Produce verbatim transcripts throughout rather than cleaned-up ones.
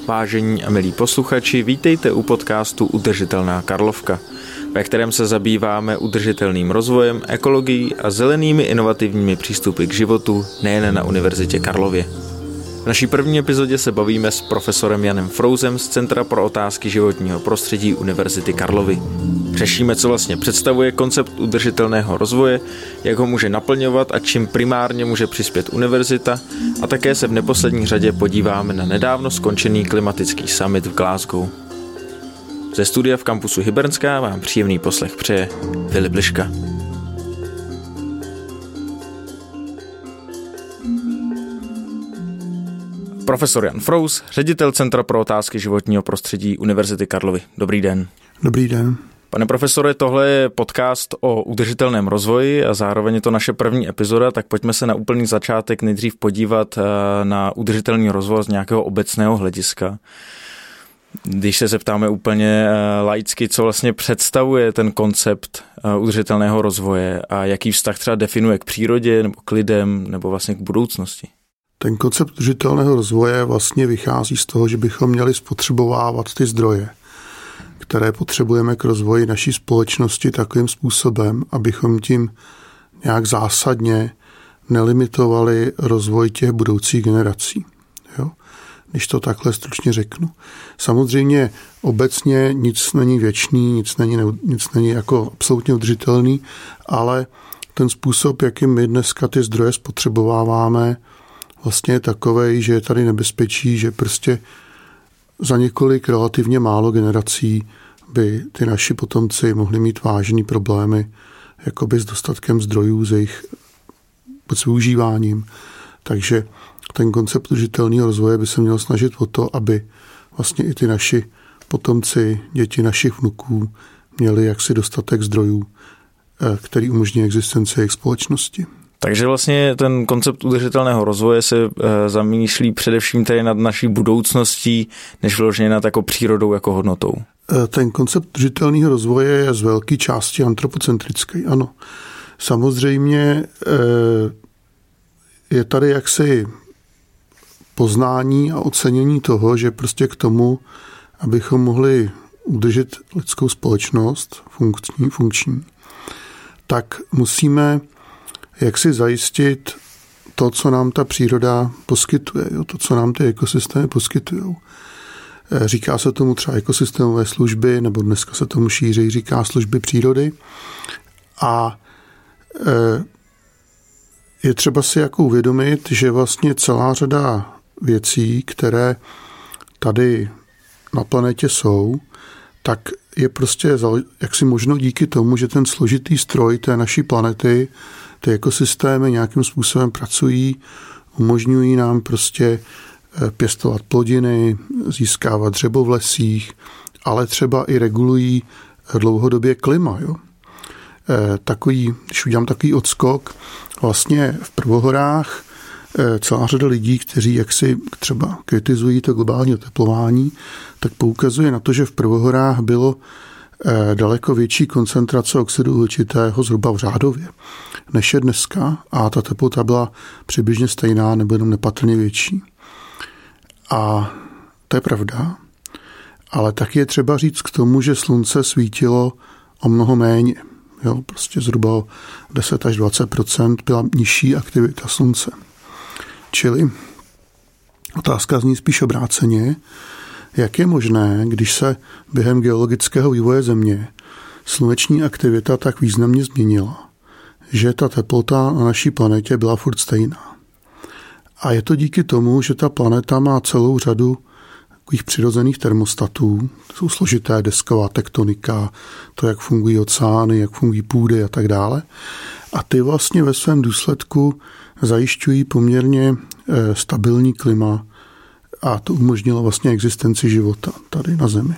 Vážení a milí posluchači, vítejte u podcastu Udržitelná Karlovka, ve kterém se zabýváme udržitelným rozvojem, ekologií a zelenými inovativními přístupy k životu nejen na Univerzitě Karlově. V naší první epizodě se bavíme s profesorem Janem Frousem z Centra pro otázky životního prostředí Univerzity Karlovy. Řešíme, co vlastně představuje koncept udržitelného rozvoje, jak ho může naplňovat a čím primárně může přispět univerzita, a také se v neposlední řadě podíváme na nedávno skončený klimatický summit v Glasgow. Ze studia v kampusu Hybernská vám příjemný poslech přeje Filip Liška. Profesor Jan Frous, ředitel Centra pro otázky životního prostředí Univerzity Karlovy. Dobrý den. Dobrý den. Pane profesore, tohle je podcast o udržitelném rozvoji a zároveň je to naše první epizoda, tak pojďme se na úplný začátek nejdřív podívat na udržitelný rozvoj z nějakého obecného hlediska. Když se zeptáme úplně laicky, co vlastně představuje ten koncept udržitelného rozvoje a jaký vztah třeba definuje k přírodě nebo k lidem nebo vlastně k budoucnosti. Ten koncept udržitelného rozvoje vlastně vychází z toho, že bychom měli spotřebovávat ty zdroje, které potřebujeme k rozvoji naší společnosti takovým způsobem, abychom tím nějak zásadně nelimitovali rozvoj těch budoucích generací. Jo? Když to takhle stručně řeknu. Samozřejmě obecně nic není věčný, nic není, nic není jako absolutně udržitelný, ale ten způsob, jakým my dneska ty zdroje spotřebováváme, vlastně je takovej, že je tady nebezpečí, že prostě za několik relativně málo generací by ty naši potomci mohli mít vážné problémy jakoby s dostatkem zdrojů, s jejich s využíváním. Takže ten koncept udržitelného rozvoje by se měl snažit o to, aby vlastně i ty naši potomci, děti našich vnuků měli jaksi dostatek zdrojů, který umožní existenci jejich společnosti. Takže vlastně ten koncept udržitelného rozvoje se e, zamýšlí především tady nad naší budoucností, než vyloženě nad jako přírodou jako hodnotou. Ten koncept udržitelného rozvoje je z velké části antropocentrický, ano. Samozřejmě e, je tady jaksi poznání a ocenění toho, že prostě k tomu, abychom mohli udržet lidskou společnost funkční, funkční, tak musíme jak si zajistit to, co nám ta příroda poskytuje, jo? To, co nám ty ekosystémy poskytují. Říká se tomu třeba ekosystémové služby, nebo dneska se tomu šířeji říká služby přírody. A je třeba si jako uvědomit, že vlastně celá řada věcí, které tady na planetě jsou, tak je prostě jaksi možno díky tomu, že ten složitý stroj té naší planety, ty ekosystémy nějakým způsobem pracují, umožňují nám prostě pěstovat plodiny, získávat dřevo v lesích, ale třeba i regulují dlouhodobě klima. Jo? Takový, když udělám takový odskok, vlastně v prvohorách celá řada lidí, kteří jaksi třeba kritizují to globální oteplování, tak poukazuje na to, že v prvohorách bylo daleko větší koncentrace oxidu uhličitého zhruba v řádově, než je dneska, a ta teplota byla přibližně stejná nebo jenom nepatrně větší. A to je pravda, ale taky je třeba říct k tomu, že slunce svítilo o mnoho méně. Jo, prostě zhruba o deset až dvacet procent byla nižší aktivita slunce. Čili otázka zní spíš obráceně, jak je možné, když se během geologického vývoje Země sluneční aktivita tak významně změnila, že ta teplota na naší planetě byla furt stejná. A je to díky tomu, že ta planeta má celou řadu takových přirozených termostatů, jsou složité desková tektonika, to, jak fungují oceány, jak fungují půdy a tak dále. A ty vlastně ve svém důsledku zajišťují poměrně stabilní klima a to umožnilo vlastně existenci života tady na Zemi.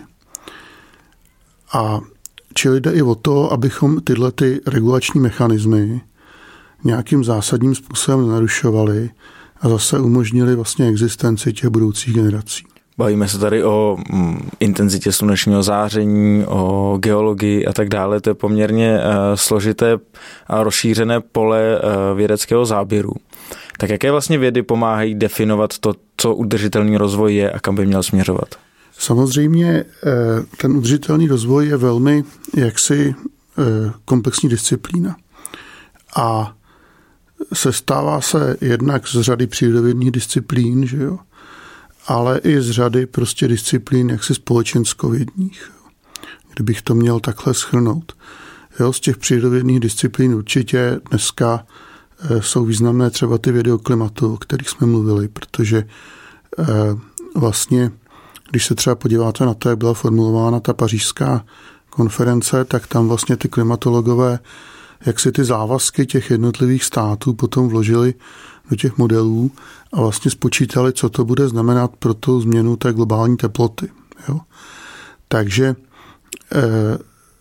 A čili jde i o to, abychom tyhle ty regulační mechanismy nějakým zásadním způsobem narušovali a zase umožnili vlastně existenci těch budoucích generací. Bavíme se tady o mm, intenzitě slunečního záření, o geologii a tak dále. To je poměrně uh, složité a rozšířené pole uh, vědeckého záběru. Tak jaké vlastně vědy pomáhají definovat to, co udržitelný rozvoj je a kam by měl směřovat? Samozřejmě ten udržitelný rozvoj je velmi jaksi komplexní disciplína. A sestává se jednak z řady přírodovědných disciplín, že jo, ale i z řady prostě disciplín jaksi společenskovědních, jo, kdybych to měl takhle shrnout. Jo, z těch přírodovědných disciplín určitě dneska e, jsou významné třeba ty vědy o klimatu, o kterých jsme mluvili, protože e, vlastně, když se třeba podíváte na to, jak byla formulována ta pařížská konference, tak tam vlastně ty klimatologové, jak si ty závazky těch jednotlivých států potom vložili do těch modelů a vlastně spočítali, co to bude znamenat pro tu změnu té globální teploty. Jo? Takže eh,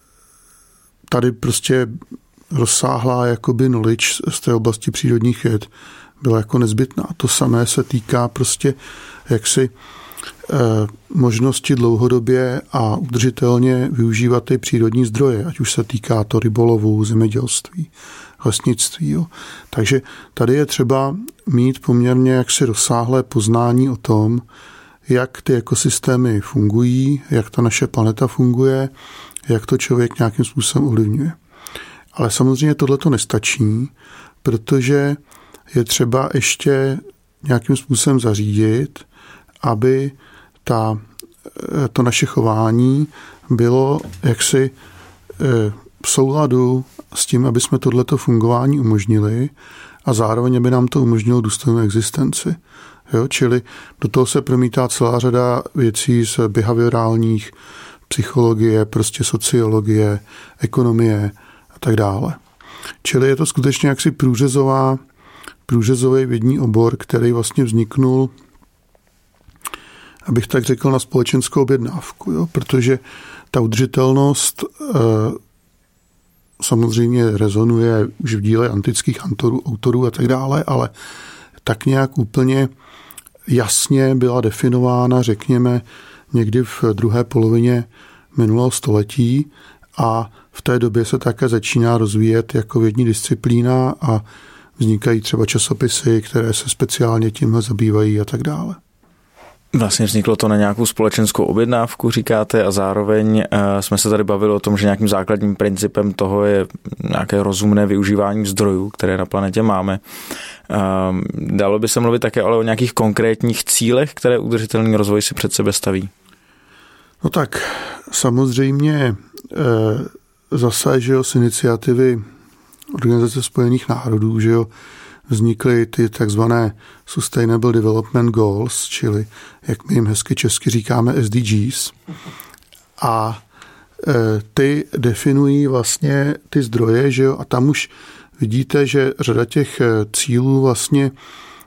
tady prostě rozsáhlá jakoby knowledge z té oblasti přírodních věd byla jako nezbytná. To samé se týká prostě jaksi možnosti dlouhodobě a udržitelně využívat ty přírodní zdroje, ať už se týká to rybolovu, zemědělství, lesnictví. Jo. Takže tady je třeba mít poměrně jaksi rozsáhlé poznání o tom, jak ty ekosystémy fungují, jak ta naše planeta funguje, jak to člověk nějakým způsobem ovlivňuje. Ale samozřejmě tohle to nestačí, protože je třeba ještě nějakým způsobem zařídit, aby ta, to naše chování bylo jaksi v souladu s tím, aby jsme tohleto fungování umožnili a zároveň aby nám to umožnilo důstojnou existenci. Jo? Čili do toho se promítá celá řada věcí z behaviorálních, psychologie, prostě sociologie, ekonomie a tak dále. Čili je to skutečně jaksi průřezová, průřezový vědní obor, který vlastně vzniknul, abych tak řekl, na společenskou objednávku, jo? Protože ta udržitelnost e, samozřejmě rezonuje už v díle antických autorů, autorů a tak dále, ale tak nějak úplně jasně byla definována, řekněme, někdy v druhé polovině minulého století a v té době se také začíná rozvíjet jako vědní disciplína a vznikají třeba časopisy, které se speciálně tímhle zabývají a tak dále. Vlastně vzniklo to na nějakou společenskou objednávku, říkáte, a zároveň uh, jsme se tady bavili o tom, že nějakým základním principem toho je nějaké rozumné využívání zdrojů, které na planetě máme. Uh, dalo by se mluvit také ale o nějakých konkrétních cílech, které udržitelný rozvoj si před sebe staví? No tak samozřejmě e, zase, že jo, z iniciativy Organizace spojených národů, že jo, vznikly ty takzvané Sustainable Development Goals, čili, jak my jim hezky česky říkáme, S D Gs. A e, ty definují vlastně ty zdroje, že jo, a tam už vidíte, že řada těch cílů vlastně e,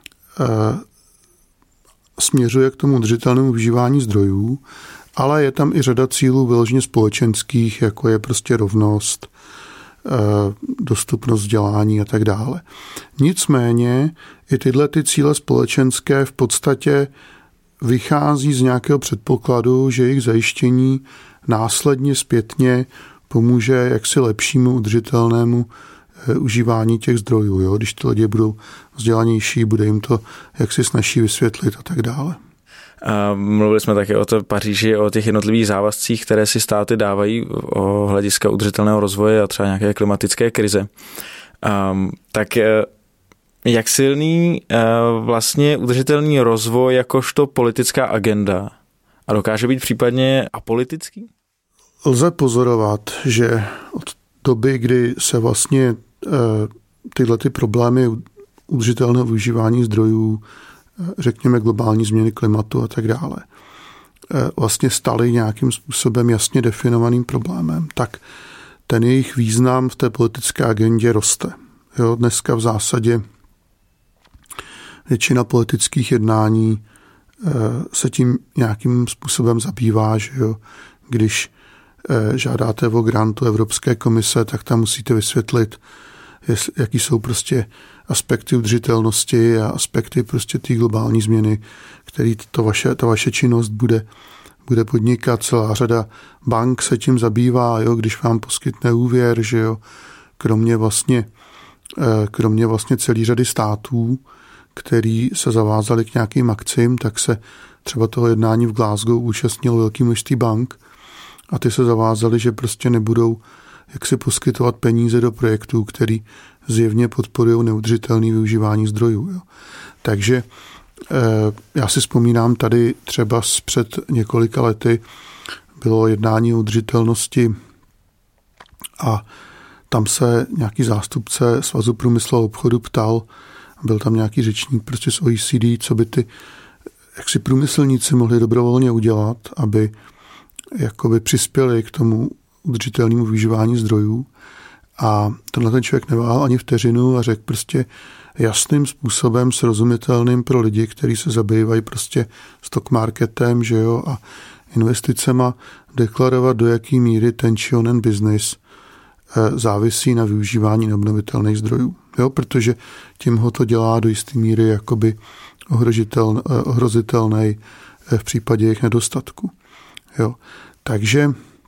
směřuje k tomu udržitelnému využívání zdrojů, ale je tam i řada cílů vyloženě společenských, jako je prostě rovnost, dostupnost vzdělání a tak dále. Nicméně i tyhle ty cíle společenské v podstatě vychází z nějakého předpokladu, že jejich zajištění následně zpětně pomůže jaksi lepšímu udržitelnému užívání těch zdrojů. Jo? Když ty lidi budou vzdělanější, bude jim to jaksi snazší vysvětlit a tak dále. A mluvili jsme také o té Paříži, o těch jednotlivých závazcích, které si státy dávají o hlediska udržitelného rozvoje a třeba nějaké klimatické krize. Um, tak jak silný uh, vlastně udržitelný rozvoj jakožto politická agenda a dokáže být případně apolitický? Lze pozorovat, že od doby, kdy se vlastně uh, tyhle ty problémy udržitelného využívání zdrojů, řekněme globální změny klimatu a tak dále, vlastně staly nějakým způsobem jasně definovaným problémem, tak ten jejich význam v té politické agendě roste. Jo, dneska v zásadě většina politických jednání se tím nějakým způsobem zabývá, že jo, když žádáte o grantu Evropské komise, tak tam musíte vysvětlit, jaký jsou prostě aspekty udržitelnosti a aspekty prostě té globální změny, který to vaše, ta vaše činnost bude, bude podnikat. Celá řada bank se tím zabývá, jo, když vám poskytne úvěr, že jo, kromě vlastně, kromě vlastně celý řady států, který se zavázali k nějakým akcím, tak se třeba toho jednání v Glasgow účastnilo velký množství bank a ty se zavázali, že prostě nebudou jak si poskytovat peníze do projektů, který zjevně podporují neudržitelné využívání zdrojů. Jo. Takže já si vzpomínám tady třeba před několika lety bylo jednání o udržitelnosti a tam se nějaký zástupce Svazu průmyslu a obchodu ptal, byl tam nějaký řečník prostě z O E C D, co by ty jaksi průmyslníci mohli dobrovolně udělat, aby jakoby přispěli k tomu udržitelnému využívání zdrojů. A tenhle ten člověk neváhal ani vteřinu a řekl prostě jasným způsobem, srozumitelným pro lidi, kteří se zabývají prostě stock marketem, že jo, a investicema, deklarovat, do jaký míry ten či onen business závisí na využívání neobnovitelných zdrojů. Jo, protože tím ho to dělá do jisté míry jakoby ohrozitelný v případě jejich nedostatku. Jo. Takže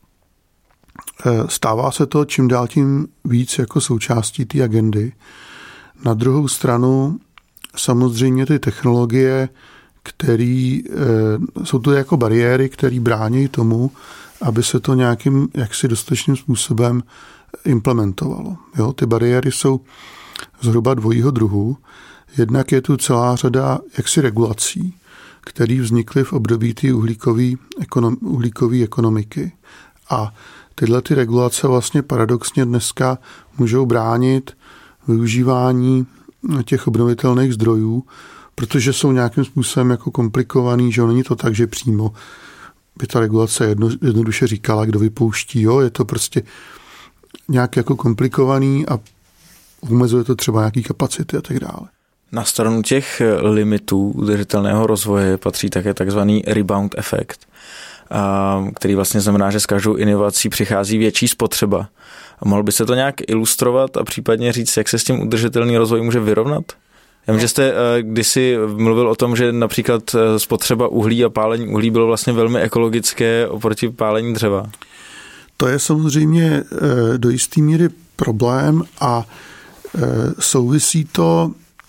stává se to čím dál tím víc jako součástí té agendy. Na druhou stranu samozřejmě ty technologie, které jsou to jako bariéry, které brání tomu, aby se to nějakým jaksi dostatečným způsobem implementovalo. Jo, ty bariéry jsou zhruba dvojího druhu. Jednak je tu celá řada jaksi regulací, které vznikly v období té uhlíkové ekonom, uhlíkové ekonomiky. A tyhle ty regulace vlastně paradoxně dneska můžou bránit využívání těch obnovitelných zdrojů, protože jsou nějakým způsobem jako komplikovaný, že není to tak, že přímo by ta regulace jedno, jednoduše říkala, kdo vypouští. Jo? Je to prostě nějak jako komplikovaný a omezuje to třeba nějaký kapacity a tak dále. Na stranu těch limitů udržitelného rozvoje patří také takzvaný rebound efekt, který vlastně znamená, že s každou inovací přichází větší spotřeba. A mohl by se to nějak ilustrovat a případně říct, jak se s tím udržitelný rozvoj může vyrovnat? Já vím, že jste kdysi mluvil o tom, že například spotřeba uhlí a pálení uhlí bylo vlastně velmi ekologické oproti pálení dřeva. To je samozřejmě do jisté míry problém a souvisí to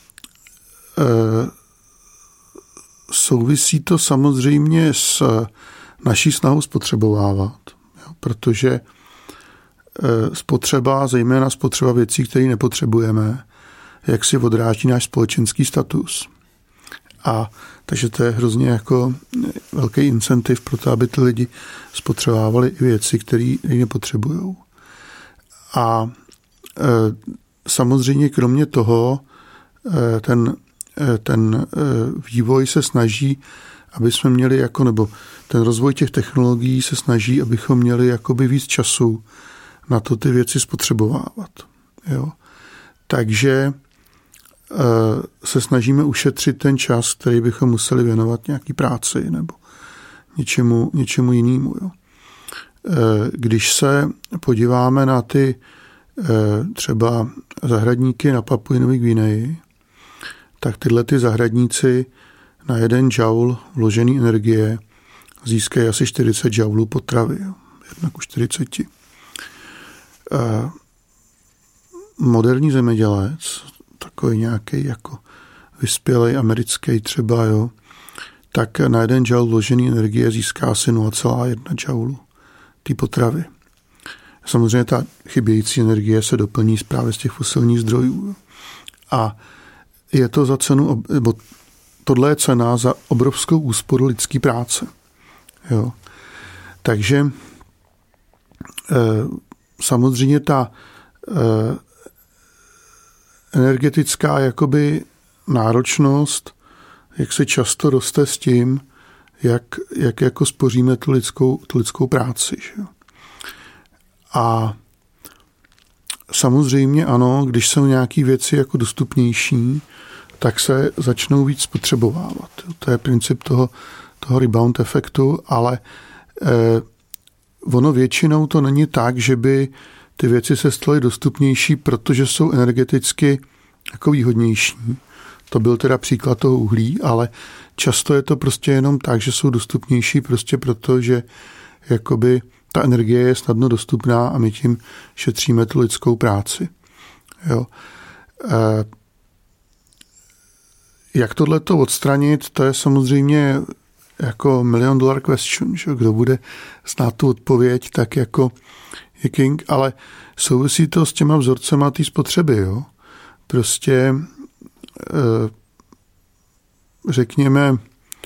souvisí to samozřejmě s naší snahou spotřebovávat, jo, protože spotřeba, zejména spotřeba věcí, které nepotřebujeme, jak si odráží náš společenský status. A takže to je hrozně jako velký incentiv pro to, aby ty lidi spotřebovávali i věci, které nepotřebují. A e, samozřejmě kromě toho e, ten, e, ten e, vývoj se snaží, aby jsme měli jako, nebo ten rozvoj těch technologií se snaží, abychom měli jakoby víc času na to ty věci spotřebovávat. Jo. Takže se snažíme ušetřit ten čas, který bychom museli věnovat nějaký práci nebo něčemu, něčemu jinému. Jo. Když se podíváme na ty třeba zahradníky na Papui Nový Guineji, tak tyhle ty zahradníci na jeden joule vložený energie získají asi čtyřicet joulů potravy. Jo. Jedna ku čtyřiceti. Moderní zemědělec, takový nějaký jako vyspělej americký třeba, jo, tak na jeden joule vložený energie získá asi nula celá jedna joulu té potravy. Samozřejmě ta chybějící energie se doplní právě z těch fosilních zdrojů. Jo. A je to za cenu, nebo tohle je cena za obrovskou úsporu lidské práce. Jo. Takže e, samozřejmě ta e, energetická jakoby náročnost, jak se často roste s tím, jak, jak jako spoříme tu lidskou, tu lidskou práci. Že? A samozřejmě ano, když jsou nějaké věci jako dostupnější, tak se začnou víc spotřebovávat. To je princip toho, toho rebound efektu, ale eh, ono většinou to není tak, že by ty věci se staly dostupnější, protože jsou energeticky jako výhodnější. To byl teda příklad toho uhlí, ale často je to prostě jenom tak, že jsou dostupnější prostě proto, že jakoby ta energie je snadno dostupná a my tím šetříme tu lidskou práci. Jo. Jak tohleto odstranit, to je samozřejmě jako million dollar question, že? Kdo bude znát tu odpověď, tak jako je King, ale souvisí to s těma vzorcema té spotřeby. Jo? Prostě řekněme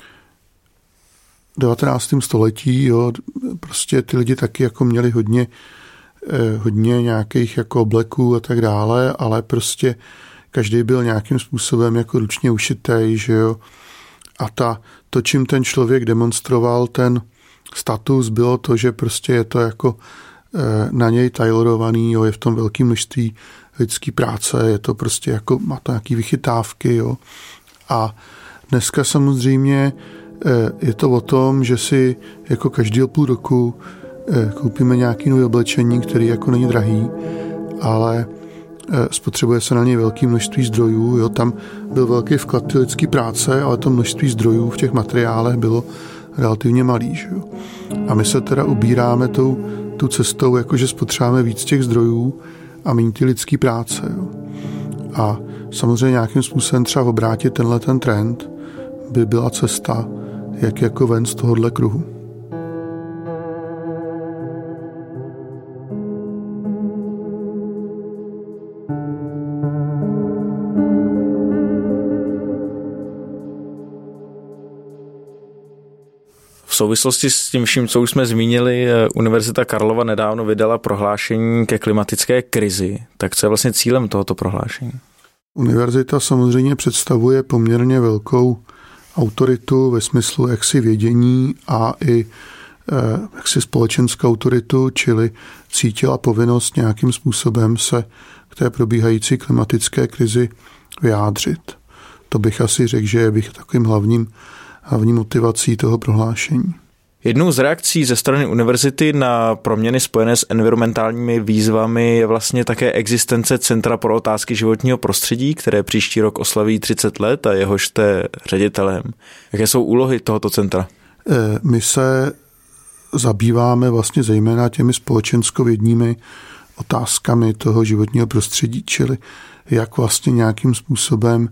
v devatenáctém století, jo, prostě ty lidi taky jako měli hodně, hodně nějakých jako obleků a tak dále, ale prostě každý byl nějakým způsobem jako ručně ušitej, že jo. A ta, to, čím ten člověk demonstroval ten status, bylo to, že prostě je to jako na něj tailorovaný, jo, je v tom velké množství lidský práce, je to prostě jako, má to nějaký vychytávky, jo. A dneska samozřejmě je to o tom, že si jako každý půl roku koupíme nějaký nové oblečení, který jako není drahý, ale spotřebuje se na něj velké množství zdrojů. Jo. Tam byl velký vklad lidské práce, ale to množství zdrojů v těch materiálech bylo relativně malý. Že jo. A my se teda ubíráme tou, tou cestou, jakože spotřebujeme víc těch zdrojů a méně ty lidské práce. Jo. A samozřejmě nějakým způsobem třeba obrátit tenhle ten trend by byla cesta, jak jako ven z tohohle kruhu. V souvislosti s tím vším, co už jsme zmínili, Univerzita Karlova nedávno vydala prohlášení ke klimatické krizi. Tak co je vlastně cílem tohoto prohlášení? Univerzita samozřejmě představuje poměrně velkou autoritu ve smyslu jaksi vědění a i jaksi společenskou autoritu, čili cítila povinnost nějakým způsobem se k té probíhající klimatické krizi vyjádřit. To bych asi řekl, že je bych takovým hlavním, hlavní motivací toho prohlášení. Jednou z reakcí ze strany univerzity na proměny spojené s environmentálními výzvami je vlastně také existence Centra pro otázky životního prostředí, které příští rok oslaví třicet let a jehož jste ředitelem. Jaké jsou úlohy tohoto centra? My se zabýváme vlastně zejména těmi společenskovědními otázkami toho životního prostředí, čili jak vlastně nějakým způsobem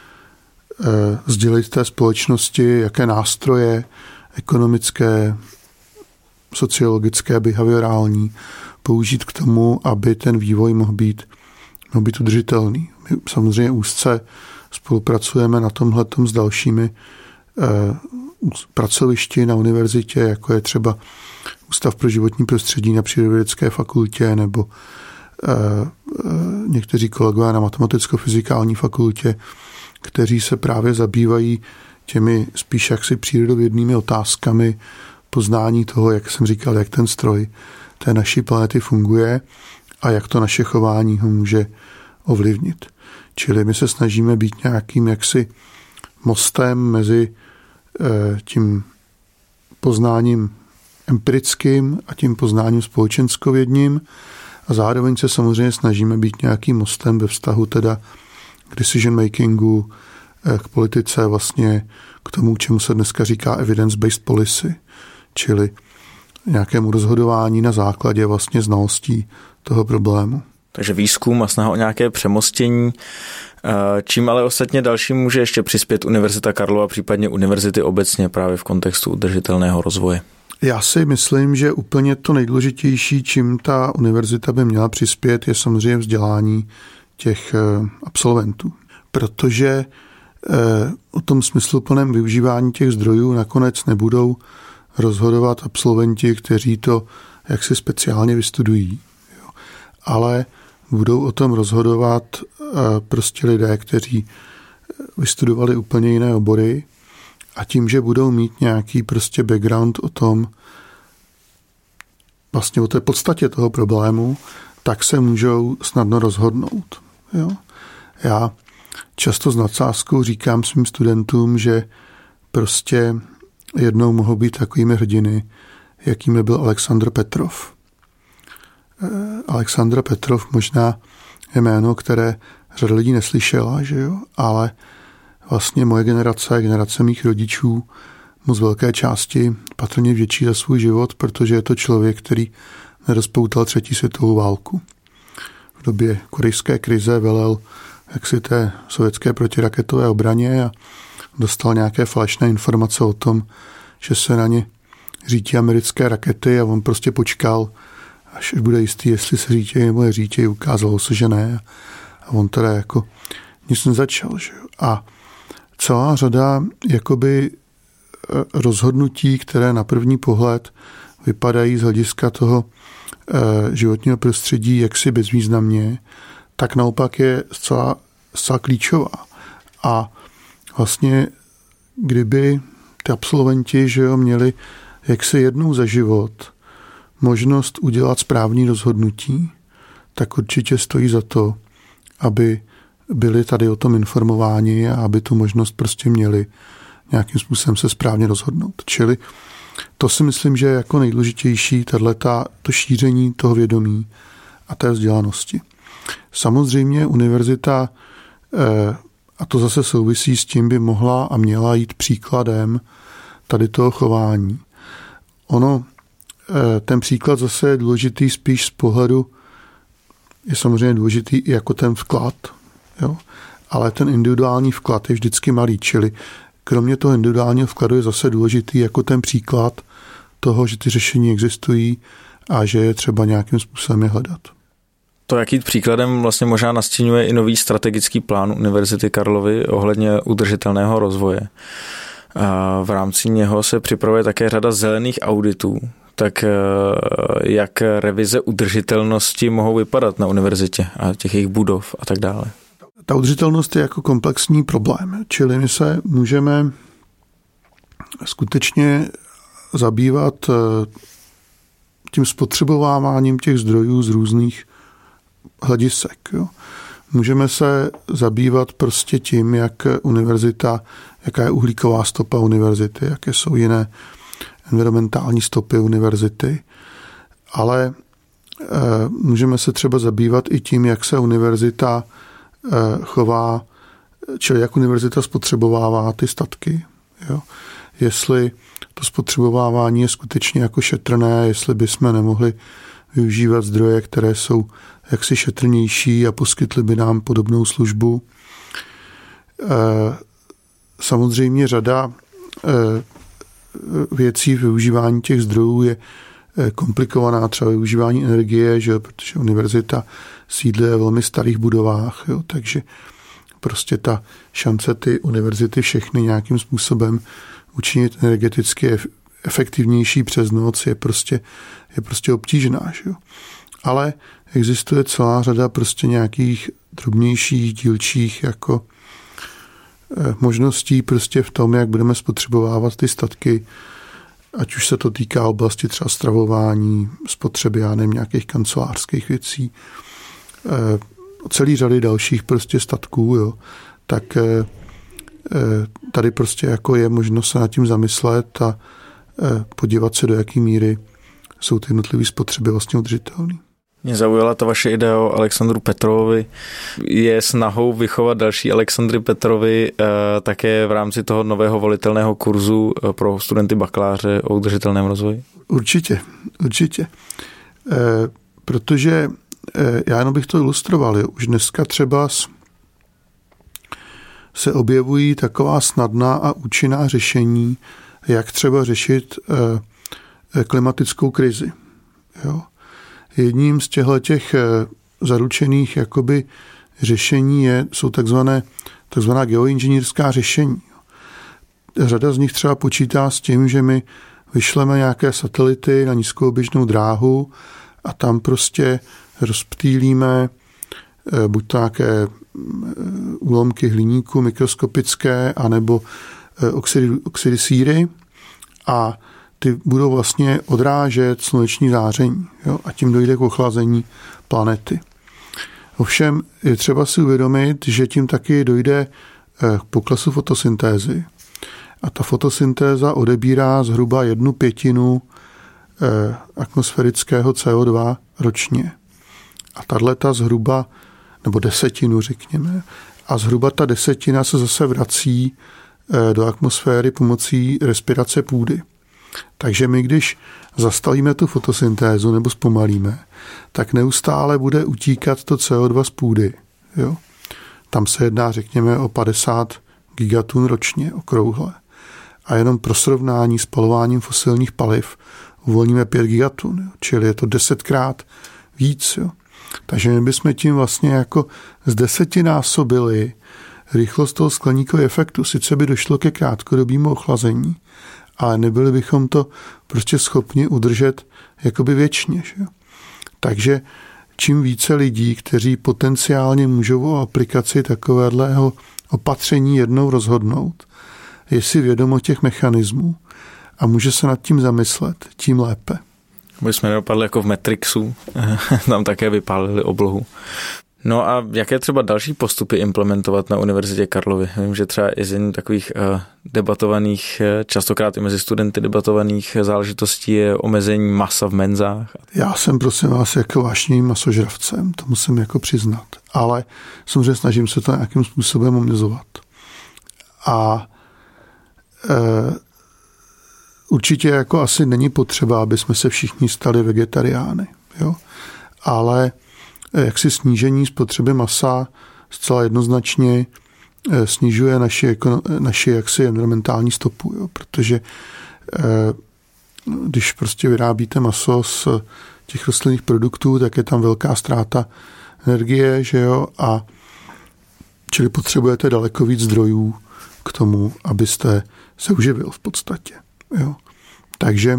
sdělit té společnosti, jaké nástroje ekonomické, sociologické, behaviorální použít k tomu, aby ten vývoj mohl být, mohl být udržitelný. My samozřejmě úzce spolupracujeme na tomhletom s dalšími eh, pracovišti na univerzitě, jako je třeba Ústav pro životní prostředí na Přírodovědecké fakultě nebo eh, eh, někteří kolegové na Matematicko-fyzikální fakultě, kteří se právě zabývají těmi spíš jaksi přírodovědnými otázkami poznání toho, jak jsem říkal, jak ten stroj té naší planety funguje a jak to naše chování ho může ovlivnit. Čili my se snažíme být nějakým jaksi mostem mezi tím poznáním empirickým a tím poznáním společenskovědním a zároveň se samozřejmě snažíme být nějakým mostem ve vztahu teda k decision makingu, k politice, vlastně k tomu, čemu se dneska říká evidence-based policy, čili nějakému rozhodování na základě vlastně znalostí toho problému. Takže výzkum a snaha o nějaké přemostění. Čím ale ostatně dalším může ještě přispět Univerzita Karlova, případně univerzity obecně právě v kontextu udržitelného rozvoje? Já si myslím, že úplně to nejdůležitější, čím ta univerzita by měla přispět, je samozřejmě vzdělání těch absolventů. Protože o tom smysluplném využívání těch zdrojů nakonec nebudou rozhodovat absolventi, kteří to jaksi speciálně vystudují. Ale budou o tom rozhodovat prostě lidé, kteří vystudovali úplně jiné obory a tím, že budou mít nějaký prostě background o tom, vlastně o té podstatě toho problému, tak se můžou snadno rozhodnout. Jo? Já často s nadsázkou říkám svým studentům, že prostě jednou mohou být takovými hrdiny, jakými byl Aleksandr Petrov. Aleksandr Petrov možná je jméno, které řada lidí neslyšela, že jo? Ale vlastně moje generace, generace mých rodičů mu z velké části patrně vděčí za svůj život, protože je to člověk, který nerozpoutal třetí světovou válku. V době korejské krize velel jaksi té sovětské protiraketové obraně a dostal nějaké falešné informace o tom, že se na ně řítí americké rakety a on prostě počkal, až bude jistý, jestli se řítějí nebo neřítějí. Ukázalo se, že ne. A on teda jako nic nezačal. Že jo? A celá řada jakoby rozhodnutí, které na první pohled vypadají z hlediska toho životního prostředí jaksi bezvýznamně, tak naopak je zcela, zcela klíčová. A vlastně kdyby ty absolventi, že jo, měli jaksi jednou za život možnost udělat správný rozhodnutí, tak určitě stojí za to, aby byli tady o tom informováni a aby tu možnost prostě měli nějakým způsobem se správně rozhodnout. Čili to si myslím, že je jako nejdůležitější tato, to šíření toho vědomí a té vzdělanosti. Samozřejmě univerzita, a to zase souvisí s tím, by mohla a měla jít příkladem tady toho chování. Ono, ten příklad zase je důležitý spíš z pohledu, je samozřejmě důležitý i jako ten vklad, jo? Ale ten individuální vklad je vždycky malý, čili kromě toho individuálního vkladu je zase důležitý jako ten příklad toho, že ty řešení existují a že je třeba nějakým způsobem je hledat. To, jak jít příkladem, vlastně možná nastínuje i nový strategický plán Univerzity Karlovy ohledně udržitelného rozvoje. A v rámci něho se připravuje také řada zelených auditů. Tak jak revize udržitelnosti mohou vypadat na univerzitě a těch jejich budov a tak dále? Ta udržitelnost je jako komplexní problém, čili my se můžeme skutečně zabývat tím spotřebováváním těch zdrojů z různých hledisek. Jo. Můžeme se zabývat prostě tím, jak univerzita, jaká je uhlíková stopa univerzity, jaké jsou jiné environmentální stopy univerzity, ale e, můžeme se třeba zabývat i tím, jak se univerzita e, chová, čili jak univerzita spotřebovává ty statky. Jo. Jestli to spotřebovávání je skutečně jako šetrné, jestli bychom nemohli využívat zdroje, které jsou jaksi šetrnější a poskytly by nám podobnou službu. E, samozřejmě řada e, věcí využívání těch zdrojů je komplikovaná, třeba využívání energie, že, protože univerzita sídlí ve velmi starých budovách, jo, takže prostě ta šance ty univerzity všechny nějakým způsobem učinit energeticky efektivnější přes noc je prostě, je prostě obtížná. Že jo. Ale existuje celá řada prostě nějakých drobnějších, dílčích jako možností prostě v tom, jak budeme spotřebovávat ty statky, ať už se to týká oblasti třeba stravování, spotřeby, já nevím, nějakých kancelářských věcí, celý řady dalších prostě statků, jo. Tak tady prostě jako je možnost se nad tím zamyslet a podívat se, do jaké míry jsou ty jednotlivé spotřeby vlastně udržitelné. Mě zaujala ta vaše idea o Alexandru Petrovovi. Je snahou vychovat další Alexandry Petrovi také v rámci toho nového volitelného kurzu pro studenty bakaláře o udržitelném rozvoji? Určitě, určitě. E, protože e, já jenom bych to ilustroval. Jo. Už dneska třeba se objevují taková snadná a účinná řešení, jak třeba řešit e, klimatickou krizi. Jo. Jedním z těchto těch zaručených jakoby řešení je, jsou takzvané, takzvaná geoinženýrská řešení. Řada z nich třeba počítá s tím, že my vyšleme nějaké satelity na nízkooběžnou dráhu a tam prostě rozptýlíme buď to nějaké úlomky hliníku mikroskopické, anebo oxidy, oxidy síry a ty budou vlastně odrážet sluneční záření, jo, a tím dojde k ochlazení planety. Ovšem je třeba si uvědomit, že tím taky dojde k poklesu fotosyntézy. A ta fotosyntéza odebírá zhruba jednu pětinu atmosférického C O dva ročně. A tato zhruba, nebo desetinu řekněme, a zhruba ta desetina se zase vrací do atmosféry pomocí respirace půdy. Takže my, když zastavíme tu fotosyntézu nebo zpomalíme, tak neustále bude utíkat to C O dva z půdy. Jo? tam se jedná, řekněme, o padesát gigatun ročně okrouhle. A jenom pro srovnání s palováním fosilních paliv uvolníme pět gigatun, jo. Čili je to desetkrát víc. Jo. Takže my bychom tím vlastně jako z desetinásobili rychlost toho skleníkového efektu. Sice by došlo ke krátkodobému ochlazení, ale nebyli bychom to prostě schopni udržet jakoby věčně. Že? Takže čím více lidí, kteří potenciálně můžou o aplikaci takového opatření jednou rozhodnout, je si vědomo těch mechanismů a může se nad tím zamyslet, tím lépe. Aby jsme nedopadli jako v Matrixu, tam také vypálili oblohu. No a jaké třeba další postupy implementovat na Univerzitě Karlovy? Vím, že třeba i z jedných takových debatovaných, častokrát i mezi studenty debatovaných záležitostí je omezení masa v menzách. Já jsem, prosím vás, jako vášnivým masožravcem, to musím jako přiznat, ale samozřejmě snažím se to nějakým způsobem omezovat. A e, určitě jako asi není potřeba, aby jsme se všichni stali vegetariány, jo? Ale jaksi snížení spotřeby masa zcela jednoznačně snižuje naši, naši jaksi environmentální stopu, jo? Protože když prostě vyrábíte maso z těch rostlinných produktů, tak je tam velká ztráta energie, že jo, a čili potřebujete daleko víc zdrojů k tomu, abyste se uživil v podstatě, jo. Takže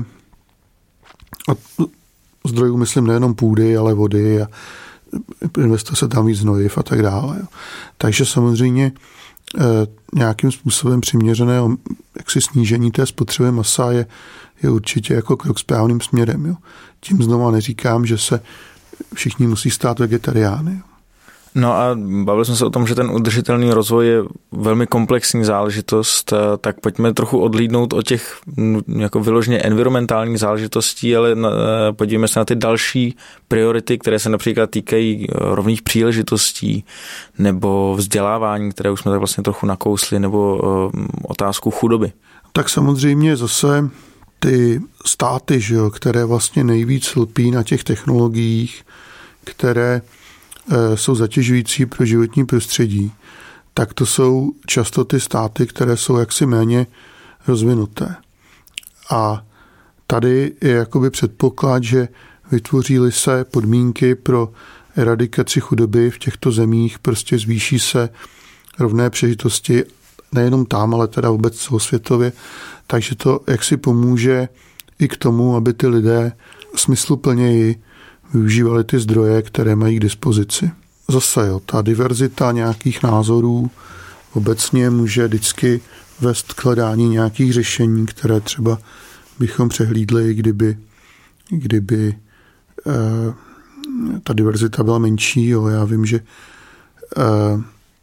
zdrojů myslím nejenom půdy, ale vody a investuje se tam víc hnojiv a tak dále. Jo. Takže samozřejmě e, nějakým způsobem přiměřené jaksi snížení té spotřeby masa je, je určitě jako krok správným směrem. Jo. Tím znova neříkám, že se všichni musí stát vegetariány. Jo. No a bavili jsme se o tom, že ten udržitelný rozvoj je velmi komplexní záležitost, tak pojďme trochu odhlídnout od těch jako vyloženě environmentálních záležitostí, ale podívejme se na ty další priority, které se například týkají rovných příležitostí nebo vzdělávání, které už jsme tak vlastně trochu nakousli, nebo otázku chudoby. Tak samozřejmě zase ty státy, že jo, které vlastně nejvíc lpí na těch technologiích, které jsou zatěžující pro životní prostředí, tak to jsou často ty státy, které jsou jaksi méně rozvinuté. A tady je jakoby předpoklad, že vytvoří-li se podmínky pro eradikaci chudoby v těchto zemích, prostě zvýší se rovné příležitosti nejenom tam, ale teda vůbec celosvětově, takže to jaksi pomůže i k tomu, aby ty lidé smysluplněji využívali ty zdroje, které mají k dispozici. Zase, jo, ta diverzita nějakých názorů obecně může vždycky vést k hledání nějakých řešení, které třeba bychom přehlídli, kdyby, kdyby eh, ta diverzita byla menší. Jo. Já vím, že eh,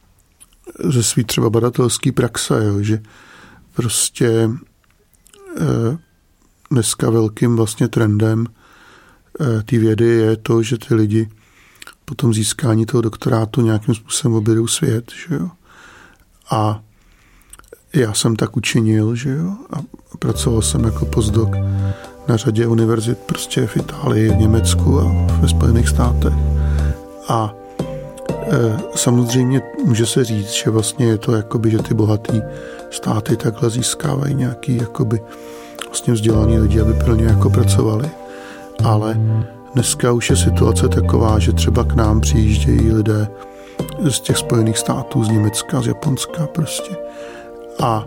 ze svý třeba badatelský praxe, jo, že prostě eh, dneska velkým vlastně trendem té vědy je to, že ty lidi po tom získání toho doktorátu nějakým způsobem objedou svět, že jo. A já jsem tak učinil, že jo, a pracoval jsem jako postdoc na řadě univerzit prostě v Itálii, v Německu a ve Spojených státech. A e, samozřejmě může se říct, že vlastně je to jakoby, že ty bohatý státy takhle získávají nějaký jakoby vlastně vzdělaný lidi, aby pro ně jako pracovali. Ale dneska už je situace taková, že třeba k nám přijíždějí lidé z těch Spojených států, z Německa, z Japonska prostě. A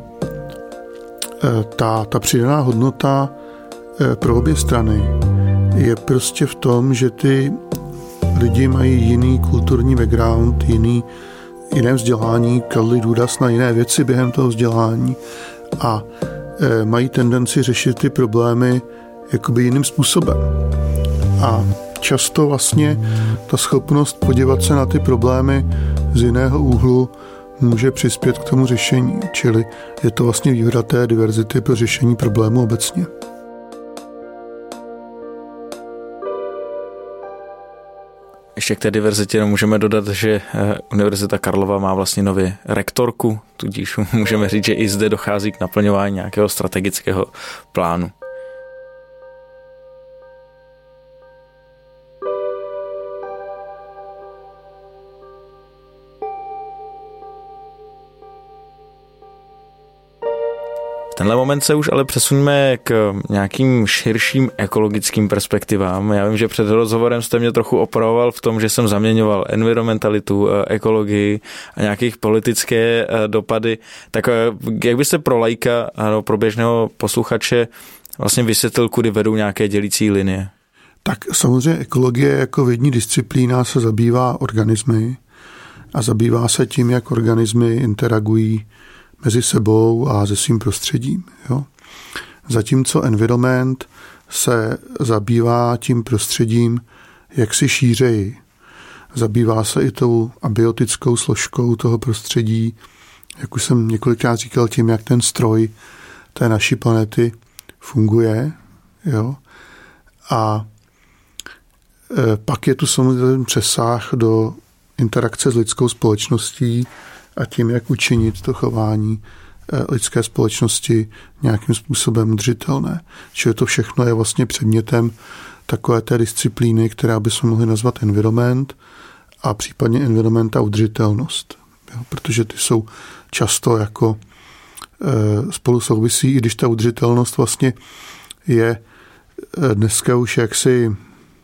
ta, ta přidaná hodnota pro obě strany je prostě v tom, že ty lidi mají jiný kulturní background, jiný, jiné vzdělání, kladli důraz na jiné věci během toho vzdělání a mají tendenci řešit ty problémy jakoby jiným způsobem. A často vlastně ta schopnost podívat se na ty problémy z jiného úhlu může přispět k tomu řešení. Čili je to vlastně výhoda té diverzity pro řešení problému obecně. Ještě k té diverzitě můžeme dodat, že Univerzita Karlova má vlastně nově rektorku, tudíž můžeme říct, že i zde dochází k naplňování nějakého strategického plánu. tenhle moment se už ale přesuneme k nějakým širším ekologickým perspektivám. Já vím, že před rozhovorem jste mě trochu opravoval v tom, že jsem zaměňoval environmentalitu, ekologii a nějakých politické dopady. Tak jak byste pro laika a pro běžného posluchače vlastně vysvětlil, kudy vedou nějaké dělící linie? Tak samozřejmě ekologie jako vědní disciplína se zabývá organismy a zabývá se tím, jak organismy interagují mezi sebou a se svým prostředím. Jo? Zatímco environment se zabývá tím prostředím jaksi šířeji. Zabývá se i tou abiotickou složkou toho prostředí, jak už jsem několikrát říkal, tím, jak ten stroj té naší planety funguje. Jo? A e, pak je tu samozřejmě přesah do interakce s lidskou společností a tím, jak učinit to chování lidské společnosti nějakým způsobem udržitelné. Čili to všechno je vlastně předmětem takové té disciplíny, která bychom mohli nazvat environment a případně environment a udržitelnost. Jo, protože ty jsou často jako e, spolu souvisí, i když ta udržitelnost vlastně je e, dneska už jaksi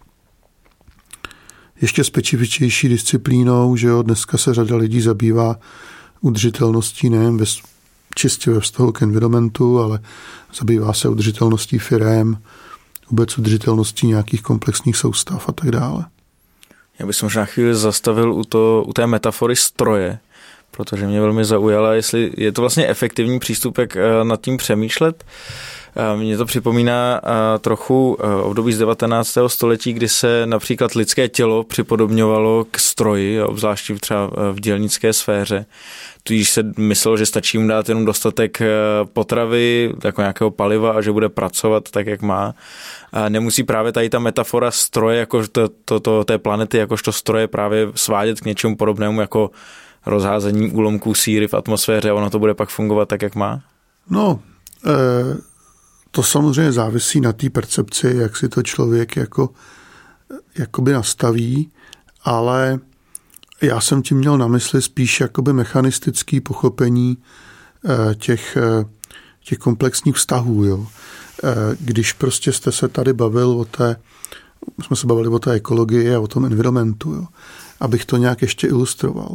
ještě specifičnější disciplínou, že jo, dneska se řada lidí zabývá udržitelností nejen ve, čistě ve vztahu k environmentu, ale zabývá se udržitelností firem, vůbec udržitelností nějakých komplexních soustav a tak dále. Já bych se možná chvíli zastavil u, to, u té metafory stroje, protože mě velmi zaujala, jestli je to vlastně efektivní přístup, jak nad tím přemýšlet. Mně to připomíná trochu období z devatenáctého století, kdy se například lidské tělo připodobňovalo k stroji, obzvláště třeba v dělnické sféře. Tudíž se myslelo, že stačí mu dát jenom dostatek potravy, jako nějakého paliva a že bude pracovat tak, jak má. A nemusí právě tady ta metafora stroje, jako to, to, to, té planety, jakožto stroje právě svádět k něčemu podobnému jako rozházení úlomků síry v atmosféře a ono to bude pak fungovat tak, jak má? No, e- to samozřejmě závisí na té percepci, jak si to člověk jako, jakoby nastaví, ale já jsem tím měl na mysli spíš jakoby mechanistický pochopení těch, těch komplexních vztahů. Jo. Když prostě jste se tady bavil o té, jsme se bavili o té ekologii a o tom environmentu, jo. Abych to nějak ještě ilustroval.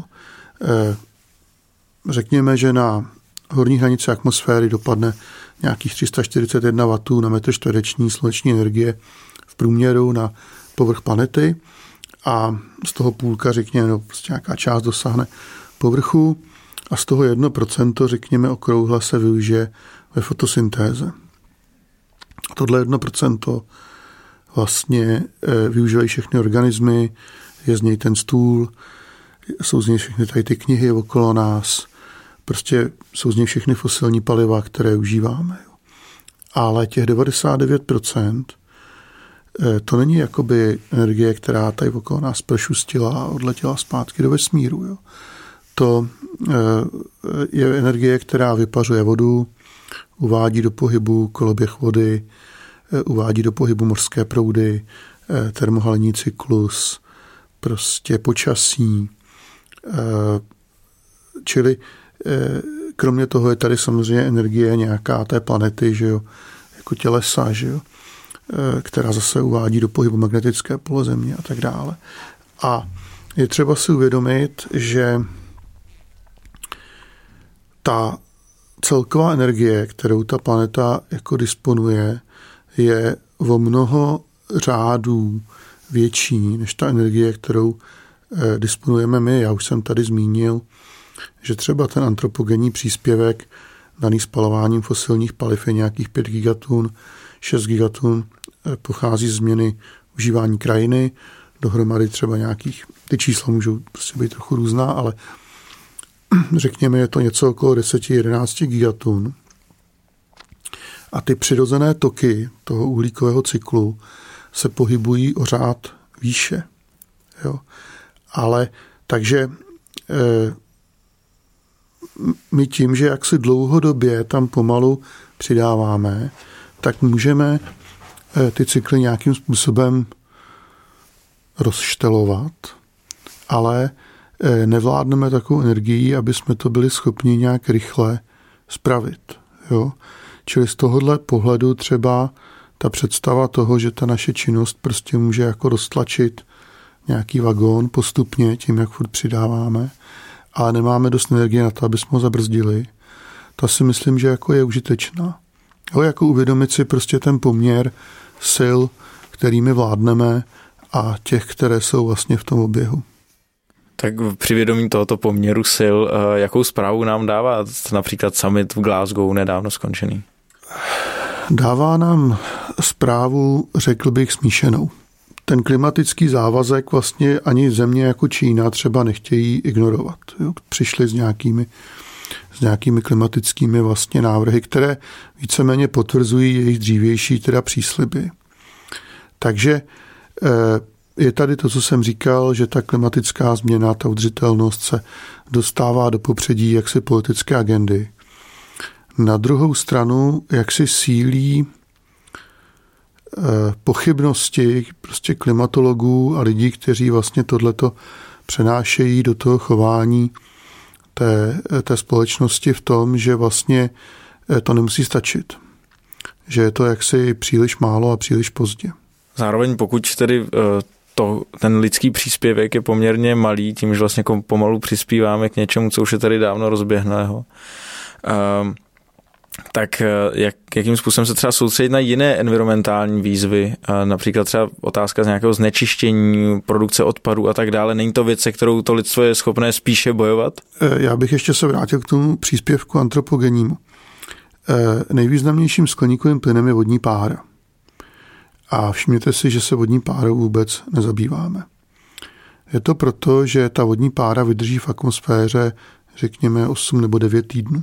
Řekněme, že na horní hranici atmosféry dopadne nějakých tři sta čtyřicet jedna wattů na metr čtvereční sluneční energie v průměru na povrch planety a z toho půlka, řekněme, no, prostě nějaká část dosáhne povrchu a z toho jedno procento, řekněme, okrouhle se využije ve fotosyntéze. Tohle jedno procento vlastně využívají všechny organismy, je z něj ten stůl, jsou z něj všechny tady ty knihy okolo nás, prostě jsou z něj všechny fosilní paliva, které užíváme. Ale těch devadesát devět procent to není jakoby energie, která tady okolo nás pršustila a odletěla zpátky do vesmíru. Jo. To je energie, která vypařuje vodu, uvádí do pohybu koloběh vody, uvádí do pohybu mořské proudy, termohalenní cyklus, prostě počasí. Čili kromě toho je tady samozřejmě energie nějaká té planety, že jo, jako tělesa, že jo, která zase uvádí do pohybu magnetické pole Země a tak dále. A je třeba si uvědomit, že ta celková energie, kterou ta planeta jako disponuje, je o mnoho řádů větší než ta energie, kterou disponujeme my. Já už jsem tady zmínil, že třeba ten antropogenní příspěvek daný spalováním fosilních paliv je nějakých pět gigatun, šest gigatun pochází z změny užívání krajiny, dohromady třeba nějakých, ty čísla můžou prostě být trochu různá, ale řekněme, je to něco okolo deset až jedenáct gigatun. A ty přirozené toky toho uhlíkového cyklu se pohybují o řád výše. Jo? Ale takže e, my tím, že jak si dlouhodobě tam pomalu přidáváme, tak můžeme e, ty cykly nějakým způsobem rozštelovat, ale e, nevládneme takovou energií, aby jsme to byli schopni nějak rychle spravit. Jo? Čili z tohohle pohledu třeba ta představa toho, že ta naše činnost prostě může jako roztlačit nějaký vagón postupně tím, jak furt přidáváme, ale nemáme dost energie na to, aby jsme ho zabrzdili, ta si myslím, že jako je užitečná. Jo, jako uvědomit si prostě ten poměr sil, kterými vládneme a těch, které jsou vlastně v tom oběhu. Tak při vědomí tohoto poměru sil, jakou zprávu nám dává například summit v Glasgow nedávno skončený? Dává nám zprávu, řekl bych, smíšenou. Ten klimatický závazek vlastně ani země jako Čína třeba nechtějí ignorovat. Jo? Přišli s nějakými, s nějakými klimatickými vlastně návrhy, které víceméně potvrzují jejich dřívější teda přísliby. Takže je tady to, co jsem říkal, že ta klimatická změna, ta udržitelnost se dostává do popředí jaksi politické agendy. Na druhou stranu, jak si sílí pochybnosti prostě klimatologů a lidí, kteří vlastně tohleto přenášejí do toho chování té, té společnosti v tom, že vlastně to nemusí stačit. Že je to jaksi příliš málo a příliš pozdě. Zároveň pokud tedy to, ten lidský příspěvek je poměrně malý, tím, že vlastně pomalu přispíváme k něčemu, co už je tady dávno rozběhlého, um, tak jak, jakým způsobem se třeba soustředit na jiné environmentální výzvy, například třeba otázka z nějakého znečištění, produkce odpadů a tak dále. Není to věc, se kterou to lidstvo je schopné spíše bojovat? Já bych ještě se vrátil k tomu příspěvku antropogennímu. Nejvýznamnějším skleníkovým plynem je vodní pára. A všimněte si, že se vodní párou vůbec nezabýváme. Je to proto, že ta vodní pára vydrží v atmosféře, řekněme, osm nebo devět týdnů.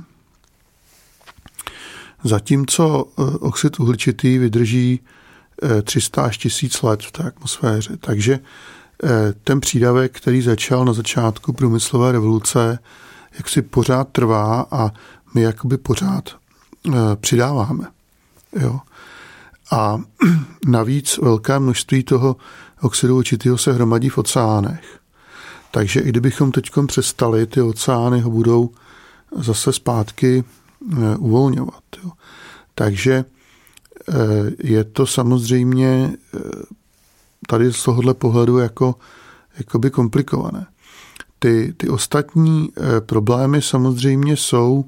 Zatímco oxid uhličitý vydrží tři sta až tisíc let v té atmosféře. Takže ten přídavek, který začal na začátku průmyslové revoluce, jak si pořád trvá a my jakoby pořád přidáváme. Jo. A navíc velké množství toho oxidu uhličitého se hromadí v oceánech. Takže i kdybychom teď přestali, ty oceány ho budou zase zpátky uvolňovat. Jo. Takže je to samozřejmě tady z tohohle pohledu jako jakoby komplikované. Ty, ty ostatní problémy samozřejmě jsou,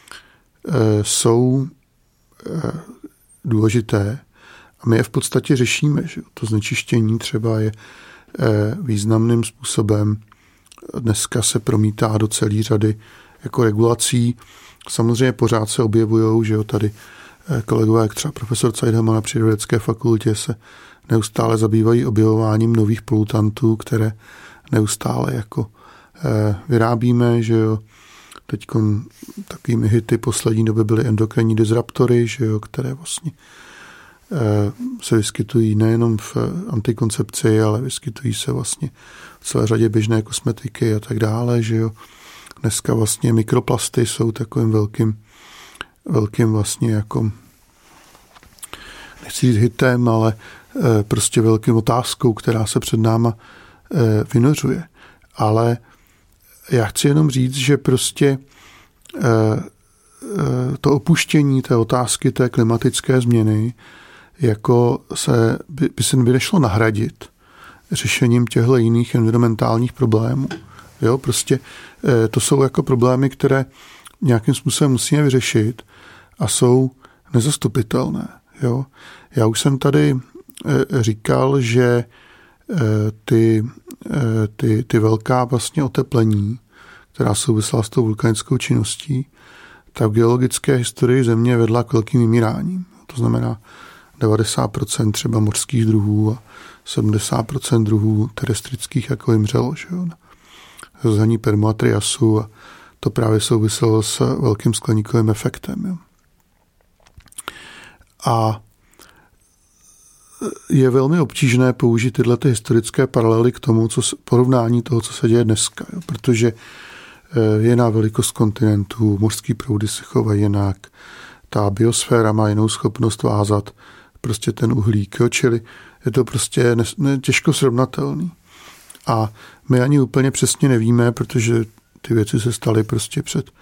jsou důležité a my je v podstatě řešíme. Že? To znečištění třeba je významným způsobem dneska se promítá do celé řady jako regulací. Samozřejmě pořád se objevujou, že jo, tady kolegové, jak třeba profesor Zeidhammer na Přírodovědecké fakultě se neustále zabývají objevováním nových polutantů, které neustále jako vyrábíme, že jo. Teď takovými hity poslední doby byly endokrinní disruptory, že jo, které vlastně se vyskytují nejenom v antikoncepci, ale vyskytují se vlastně v celé řadě běžné kosmetiky a tak dále, že jo. Dneska vlastně mikroplasty jsou takovým velkým, velkým vlastně jako, nechci říct hitem, ale prostě velkým otázkou, která se před náma vynořuje. Ale já chci jenom říct, že prostě to opuštění té otázky té klimatické změny jako se, by, by se nešlo nahradit řešením těchto jiných environmentálních problémů. Jo, prostě to jsou jako problémy, které nějakým způsobem musíme vyřešit a jsou nezastupitelné. Jo. Já už jsem tady říkal, že ty, ty, ty velká vlastně oteplení, která souvisela s tou vulkanickou činností, tak v geologické historii Země vedla k velkým vymíráním. To znamená devadesát procent třeba mořských druhů a sedmdesát procent druhů terestrických jako vymřelo. Že jo. Zhaní Permu a Triasu a to právě souviselo s velkým skleníkovým efektem. Jo. A je velmi obtížné použít tyhle ty historické paralely k tomu, co porovnání toho, co se děje dneska, jo, protože je na velikost kontinentů, mořský proudy se chovají jinak, ta biosféra má jinou schopnost vázat prostě ten uhlík, jo, čili je to prostě ne, ne, těžko srovnatelný. A my ani úplně přesně nevíme, protože ty věci se staly prostě před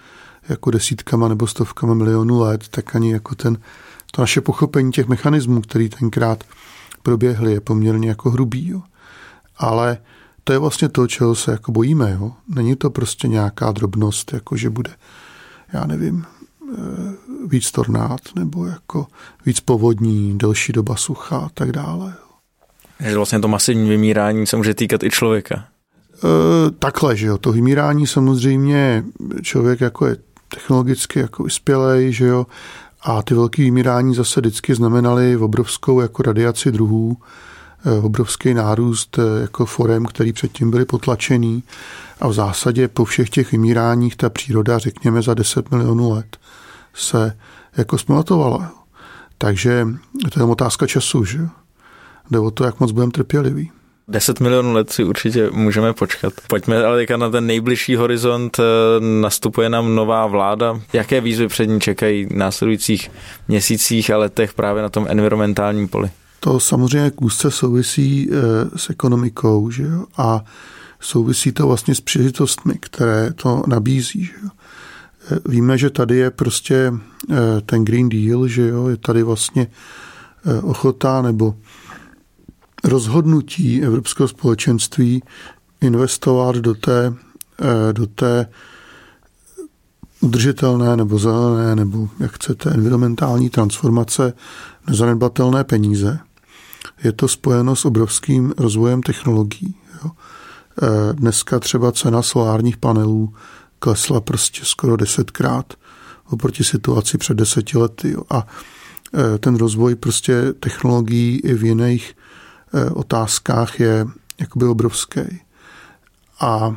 jako desítkama nebo stovkama milionů let, tak ani jako ten, to naše pochopení těch mechanismů, který tenkrát proběhly, je poměrně jako hrubý. Jo. Ale to je vlastně to, čeho se jako bojíme. Jo. Není to prostě nějaká drobnost, jako že bude, já nevím, víc tornád nebo jako víc povodní, delší doba sucha a tak dále. Takže vlastně to masivní vymírání se může týkat i člověka. E, takhle, že jo. To vymírání samozřejmě člověk jako je technologicky jako vyspělej, že jo. A ty velké vymírání zase vždycky znamenaly obrovskou jako radiaci druhů, obrovský nárůst jako forem, který předtím byly potlačený. A v zásadě po všech těch vymíráních ta příroda, řekněme, za deset milionů let se jako smlatovala. Takže to je otázka času, že jo. Jde o to, jak moc budeme trpěliví. deset milionů let si určitě můžeme počkat. Pojďme ale teďka na ten nejbližší horizont. Nastupuje nám nová vláda. Jaké výzvy před ní čekají v následujících měsících a letech právě na tom environmentálním poli? To samozřejmě úzce souvisí s ekonomikou, že jo? A souvisí to vlastně s příležitostmi, které to nabízí. Že jo? Víme, že tady je prostě ten Green Deal, že jo? Je tady vlastně ochota nebo rozhodnutí Evropského společenství investovat do té, do té udržitelné nebo zelené nebo, jak chcete, environmentální transformace nezanedbatelné peníze. Je to spojeno s obrovským rozvojem technologií. Jo. Dneska třeba cena solárních panelů klesla prostě skoro desetkrát oproti situaci před deseti lety. Jo. A ten rozvoj prostě technologií i v jiných otázkách je jakoby obrovský. A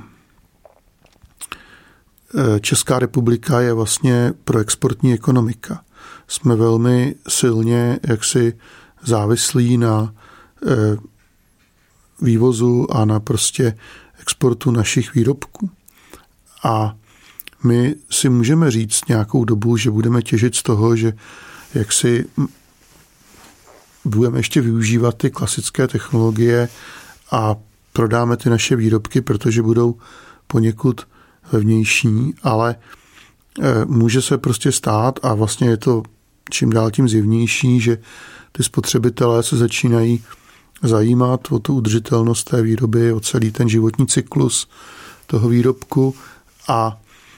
Česká republika je vlastně proexportní ekonomika. Jsme velmi silně jaksi závislí na vývozu a na prostě exportu našich výrobků. A my si můžeme říct nějakou dobu, že budeme těžit z toho, že jaksi budeme ještě využívat ty klasické technologie a prodáme ty naše výrobky, protože budou poněkud levnější, ale může se prostě stát a vlastně je to čím dál tím zjevnější, že ty spotřebitelé se začínají zajímat o tu udržitelnost té výroby, o celý ten životní cyklus toho výrobku a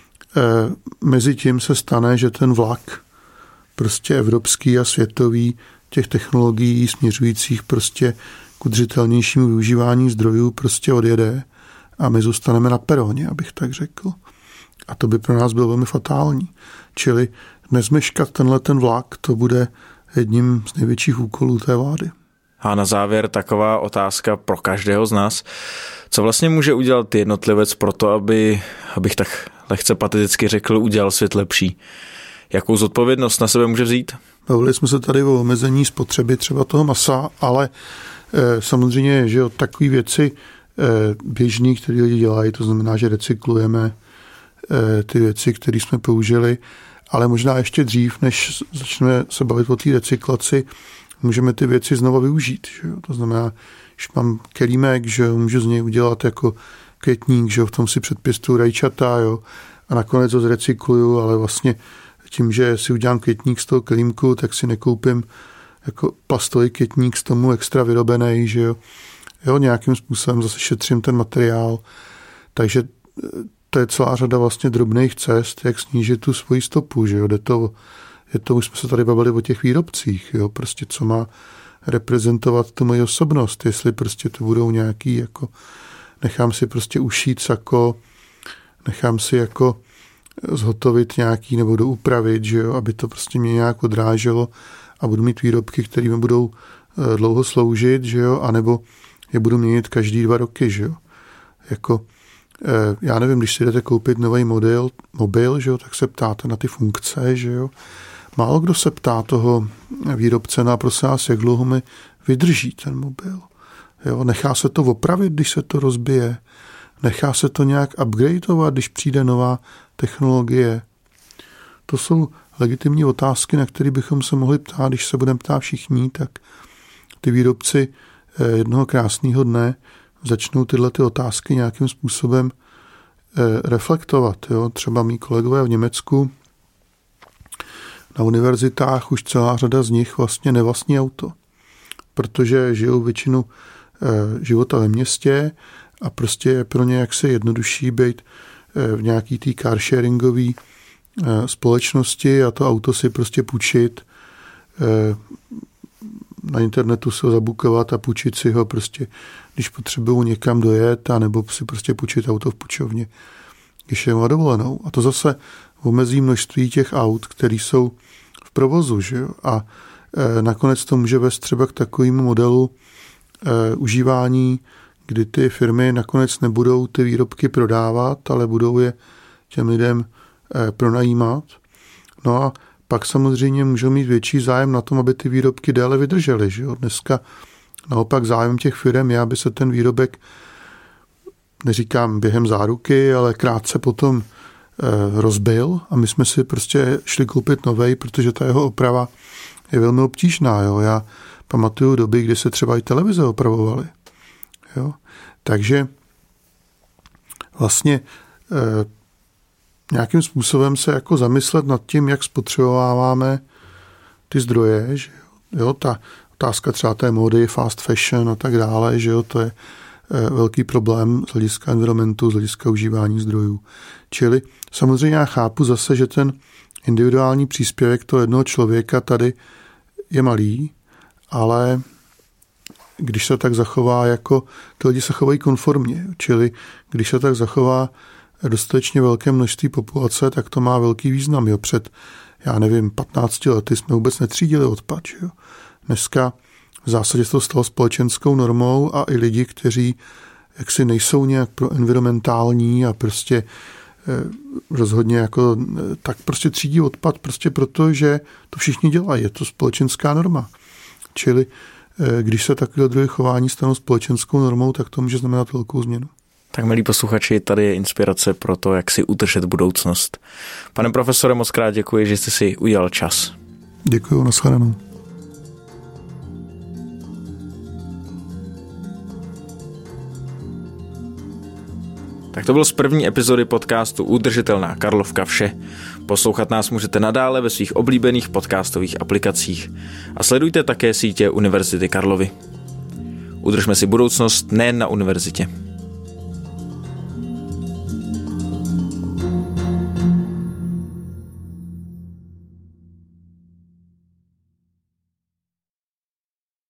mezi tím se stane, že ten vlak prostě evropský a světový těch technologií směřujících prostě k udržitelnějšímu využívání zdrojů prostě odjede a my zůstaneme na peroně, abych tak řekl. A to by pro nás bylo velmi fatální. Čili nezmeškat tenhle ten vlak, to bude jedním z největších úkolů té vlády. A na závěr taková otázka pro každého z nás. Co vlastně může udělat jednotlivec pro to, aby, abych tak lehce pateticky řekl, udělal svět lepší? Jakou zodpovědnost na sebe může vzít? Bavili jsme se tady o omezení spotřeby třeba toho masa, ale e, samozřejmě, že od takové věci e, běžný, které lidi dělají, to znamená, že recyklujeme e, ty věci, které jsme použili, ale možná ještě dřív, než začneme se bavit o té recyklaci, můžeme ty věci znova využít. Že jo? To znamená, když mám kelímek, že můžu z něj udělat jako květník, že jo? V tom si předpěstuju rajčata, jo? A nakonec ho zrecykluju, ale vlastně tím, že si udělám květník z toho kelímku, tak si nekoupím jako plastový květník z tomu extra vyrobený, že jo? Jo, nějakým způsobem zase šetřím ten materiál. Takže to je celá řada vlastně drobných cest, jak snížit tu svoji stopu, že jo? Jde to, je to, už jsme se tady bavili o těch výrobcích, jo? Prostě co má reprezentovat tu moji osobnost, jestli prostě to budou nějaký, jako nechám si prostě ušít sako, nechám si jako zhotovit nějaký nebo doupravit, že jo, aby to prostě mě nějak odráželo a budu mít výrobky, které mi budou dlouho sloužit, že jo, anebo je budu měnit každý dva roky, že jo. Jako, já nevím, když si jdete koupit nový model, mobil, že jo, tak se ptáte na ty funkce, že jo. Málo kdo se ptá toho výrobce na, prosím vás, jak dlouho mi vydrží ten mobil. Jo, nechá se to opravit, když se to rozbije. Nechá se to nějak upgradeovat, když přijde nová technologie. To jsou legitimní otázky, na které bychom se mohli ptát, když se budeme ptát všichni, tak ty výrobci jednoho krásného dne začnou tyhle ty otázky nějakým způsobem reflektovat. Jo. Třeba mý kolegové v Německu na univerzitách už celá řada z nich vlastně nevlastní auto, protože žijou většinu života ve městě a prostě je pro ně jaksi jednodušší být v nějaký té carsharingové společnosti a to auto si prostě půjčit, na internetu se ho zabukovat a půjčit si ho prostě, když potřebují někam dojet, a nebo si prostě půjčit auto v půjčovně, když je na dovolenou. A to zase omezí množství těch aut, které jsou v provozu. Že jo? A e, nakonec to může vést třeba k takovému modelu e, užívání, kdy ty firmy nakonec nebudou ty výrobky prodávat, ale budou je těm lidem e, pronajímat. No a pak samozřejmě můžou mít větší zájem na tom, aby ty výrobky déle vydržely. Že jo? Dneska naopak zájem těch firm je, aby se ten výrobek, neříkám během záruky, ale krátce potom e, rozbil a my jsme si prostě šli koupit novej, protože ta jeho oprava je velmi obtížná. Jo? Já pamatuju doby, kdy se třeba i televize opravovaly. Jo? Takže vlastně e, nějakým způsobem se jako zamyslet nad tím, jak spotřebováváme ty zdroje, že jo, ta otázka třeba té módy, fast fashion a tak dále, že jo, to je velký problém z hlediska environmentu, z hlediska užívání zdrojů. Čili samozřejmě já chápu zase, že ten individuální příspěvek toho jednoho člověka tady je malý, ale když se tak zachová jako, ty lidi se chovají konformně, čili když se tak zachová dostatečně velké množství populace, tak to má velký význam. Jo. Před, já nevím, patnácti lety jsme vůbec netřídili odpad. Jo. Dneska v zásadě se to stalo společenskou normou a i lidi, kteří jaksi nejsou nějak proenvironmentální a prostě eh, rozhodně jako, tak prostě třídí odpad prostě proto, že to všichni dělají. Je to společenská norma. Čili eh, když se takové druhy chování stanou společenskou normou, tak to může znamenat velkou změnu. Tak milí posluchači, tady je inspirace pro to, jak si udržet budoucnost. Pane profesore, moc krát děkuji, že jste si udělal čas. Děkuji, nashledanou. Tak to bylo z první epizody podcastu Udržitelná Karlovka vše. Poslouchat nás můžete nadále ve svých oblíbených podcastových aplikacích. A sledujte také sítě Univerzity Karlovy. Udržme si budoucnost nejen na univerzitě.